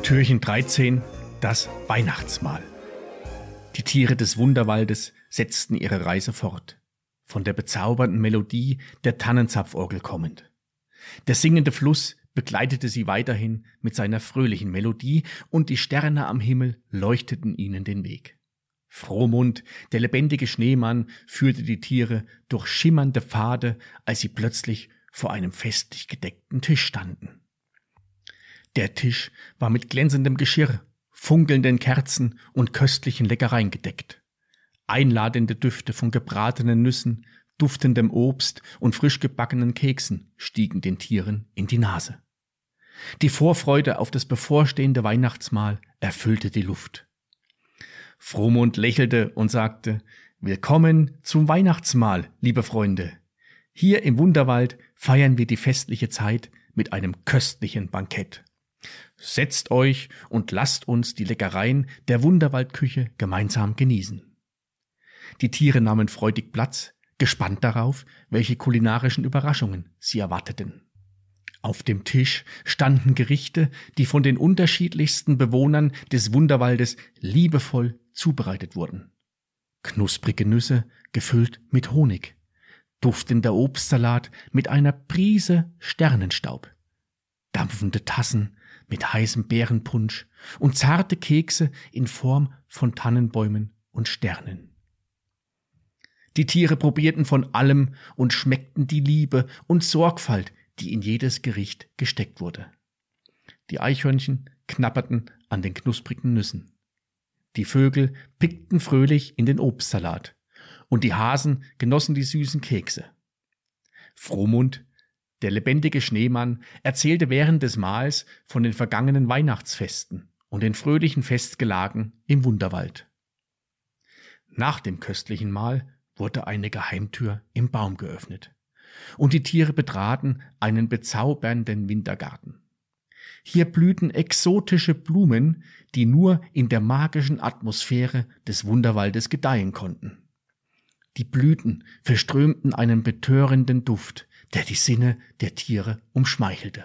Türchen 13, das Weihnachtsmahl. Die Tiere des Wunderwaldes setzten ihre Reise fort, von der bezaubernden Melodie der Tannenzapforgel kommend. Der singende Fluss begleitete sie weiterhin mit seiner fröhlichen Melodie, und die Sterne am Himmel leuchteten ihnen den Weg. Frohmund, der lebendige Schneemann, führte die Tiere durch schimmernde Pfade, als sie plötzlich vor einem festlich gedeckten Tisch standen. Der Tisch war mit glänzendem Geschirr, funkelnden Kerzen und köstlichen Leckereien gedeckt. Einladende Düfte von gebratenen Nüssen, duftendem Obst und frisch gebackenen Keksen stiegen den Tieren in die Nase. Die Vorfreude auf das bevorstehende Weihnachtsmahl erfüllte die Luft. Frohmund lächelte und sagte: »Willkommen zum Weihnachtsmahl, liebe Freunde. Hier im Wunderwald feiern wir die festliche Zeit mit einem köstlichen Bankett. Setzt euch und lasst uns die Leckereien der Wunderwaldküche gemeinsam genießen.« Die Tiere nahmen freudig Platz, gespannt darauf, welche kulinarischen Überraschungen sie erwarteten. Auf dem Tisch standen Gerichte, die von den unterschiedlichsten Bewohnern des Wunderwaldes liebevoll zubereitet wurden. Knusprige Nüsse, gefüllt mit Honig, duftender Obstsalat mit einer Prise Sternenstaub, dampfende Tassen mit heißem Beerenpunsch und zarte Kekse in Form von Tannenbäumen und Sternen. Die Tiere probierten von allem und schmeckten die Liebe und Sorgfalt, die in jedes Gericht gesteckt wurde. Die Eichhörnchen knabberten an den knusprigen Nüssen. Die Vögel pickten fröhlich in den Obstsalat und die Hasen genossen die süßen Kekse. Frohmund, der lebendige Schneemann, erzählte während des Mahls von den vergangenen Weihnachtsfesten und den fröhlichen Festgelagen im Wunderwald. Nach dem köstlichen Mahl wurde eine Geheimtür im Baum geöffnet, und die Tiere betraten einen bezaubernden Wintergarten. Hier blühten exotische Blumen, die nur in der magischen Atmosphäre des Wunderwaldes gedeihen konnten. Die Blüten verströmten einen betörenden Duft, der die Sinne der Tiere umschmeichelte.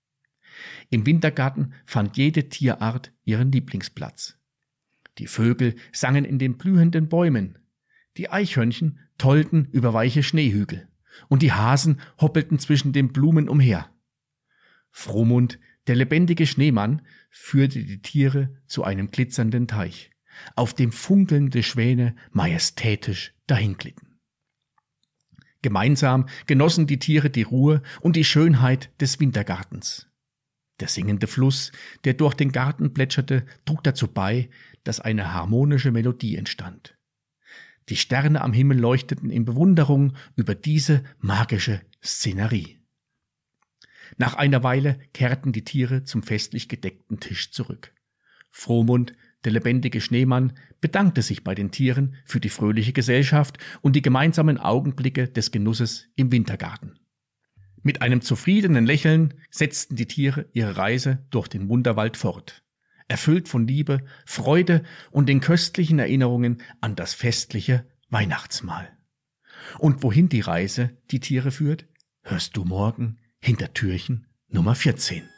Im Wintergarten fand jede Tierart ihren Lieblingsplatz. Die Vögel sangen in den blühenden Bäumen, die Eichhörnchen tollten über weiche Schneehügel und die Hasen hoppelten zwischen den Blumen umher. Frohmund, der lebendige Schneemann, führte die Tiere zu einem glitzernden Teich, auf dem funkelnde Schwäne majestätisch dahinglitten. Gemeinsam genossen die Tiere die Ruhe und die Schönheit des Wintergartens. Der singende Fluss, der durch den Garten plätscherte, trug dazu bei, dass eine harmonische Melodie entstand. Die Sterne am Himmel leuchteten in Bewunderung über diese magische Szenerie. Nach einer Weile kehrten die Tiere zum festlich gedeckten Tisch zurück. Frohmund, der lebendige Schneemann, bedankte sich bei den Tieren für die fröhliche Gesellschaft und die gemeinsamen Augenblicke des Genusses im Wintergarten. Mit einem zufriedenen Lächeln setzten die Tiere ihre Reise durch den Wunderwald fort, erfüllt von Liebe, Freude und den köstlichen Erinnerungen an das festliche Weihnachtsmahl. Und wohin die Reise die Tiere führt, hörst du morgen hinter Türchen Nummer 14.